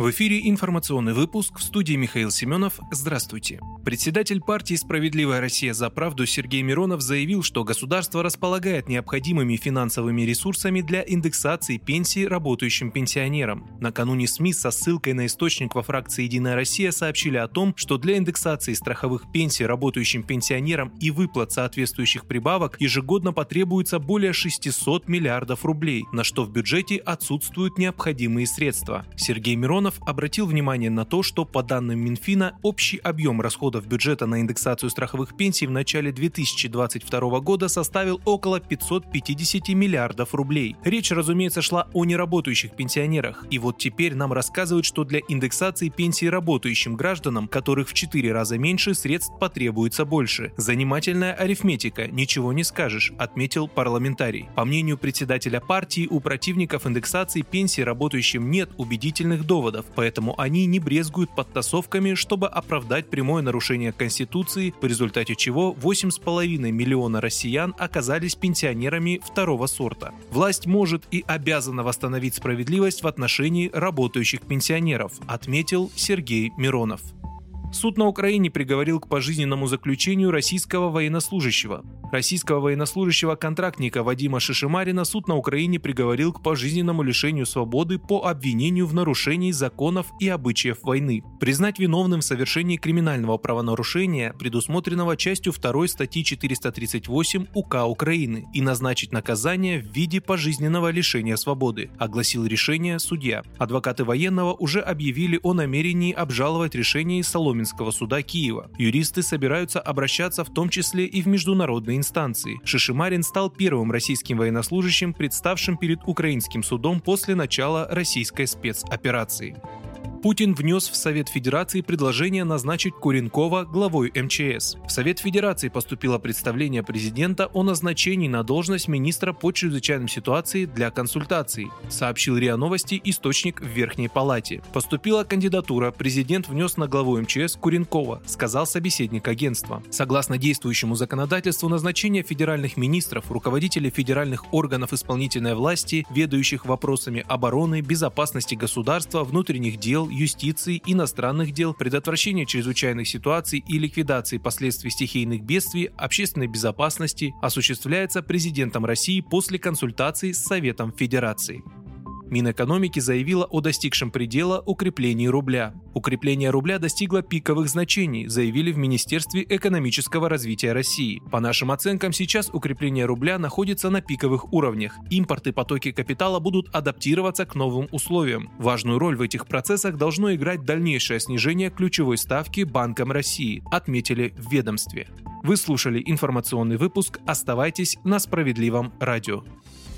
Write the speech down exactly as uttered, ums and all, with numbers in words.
В эфире информационный выпуск, в студии Михаил Семенов. Здравствуйте. Председатель партии «Справедливая Россия за правду» Сергей Миронов заявил, что государство располагает необходимыми финансовыми ресурсами для индексации пенсий работающим пенсионерам. Накануне СМИ со ссылкой на источник во фракции «Единая Россия» сообщили о том, что для индексации страховых пенсий работающим пенсионерам и выплат соответствующих прибавок ежегодно потребуется более шестисот миллиардов рублей, на что в бюджете отсутствуют необходимые средства. Сергей Миронов обратил внимание на то, что по данным Минфина общий объем расходов бюджета на индексацию страховых пенсий в начале две тысячи двадцать второго года составил около пятьсот пятьдесят миллиардов рублей. Речь, разумеется, шла о неработающих пенсионерах. И вот теперь нам рассказывают, что для индексации пенсий работающим гражданам, которых в четыре раза меньше, средств потребуется больше. Занимательная арифметика, ничего не скажешь, отметил парламентарий. По мнению председателя партии, у противников индексации пенсий работающим нет убедительных доводов, поэтому они не брезгуют подтасовками, чтобы оправдать прямое нарушение Конституции, в результате чего восемь с половиной миллиона россиян оказались пенсионерами второго сорта. Власть может и обязана восстановить справедливость в отношении работающих пенсионеров, отметил Сергей Миронов. Суд на Украине приговорил к пожизненному заключению российского военнослужащего. Российского военнослужащего-контрактника Вадима Шишимарина суд на Украине приговорил к пожизненному лишению свободы по обвинению в нарушении законов и обычаев войны. Признать виновным в совершении криминального правонарушения, предусмотренного частью второй статьи четыреста тридцать восемь УК Украины, и назначить наказание в виде пожизненного лишения свободы, огласил решение судья. Адвокаты военного уже объявили о намерении обжаловать решение Соломенского суда Киева. Юристы собираются обращаться в том числе и в международные инстанции. Шишимарин стал первым российским военнослужащим, представшим перед украинским судом после начала российской спецоперации. Путин внес в Совет Федерации предложение назначить Куренкова главой эм че эс. В Совет Федерации поступило представление президента о назначении на должность министра по чрезвычайным ситуациям для консультаций, сообщил РИА Новости источник в Верхней Палате. Поступила кандидатура, президент внес на главу эм че эс Куренкова, сказал собеседник агентства. Согласно действующему законодательству, назначение федеральных министров, руководителей федеральных органов исполнительной власти, ведающих вопросами обороны, безопасности государства, внутренних дел, юстиции, иностранных дел, предотвращения чрезвычайных ситуаций и ликвидации последствий стихийных бедствий, общественной безопасности осуществляется президентом России после консультаций с Советом Федерации. Минэкономики заявила о достигшем предела укреплении рубля. Укрепление рубля достигло пиковых значений, заявили в Министерстве экономического развития России. По нашим оценкам, сейчас укрепление рубля находится на пиковых уровнях. Импорт и потоки капитала будут адаптироваться к новым условиям. Важную роль в этих процессах должно играть дальнейшее снижение ключевой ставки Банком России, отметили в ведомстве. Вы слушали информационный выпуск. Оставайтесь на Справедливом радио.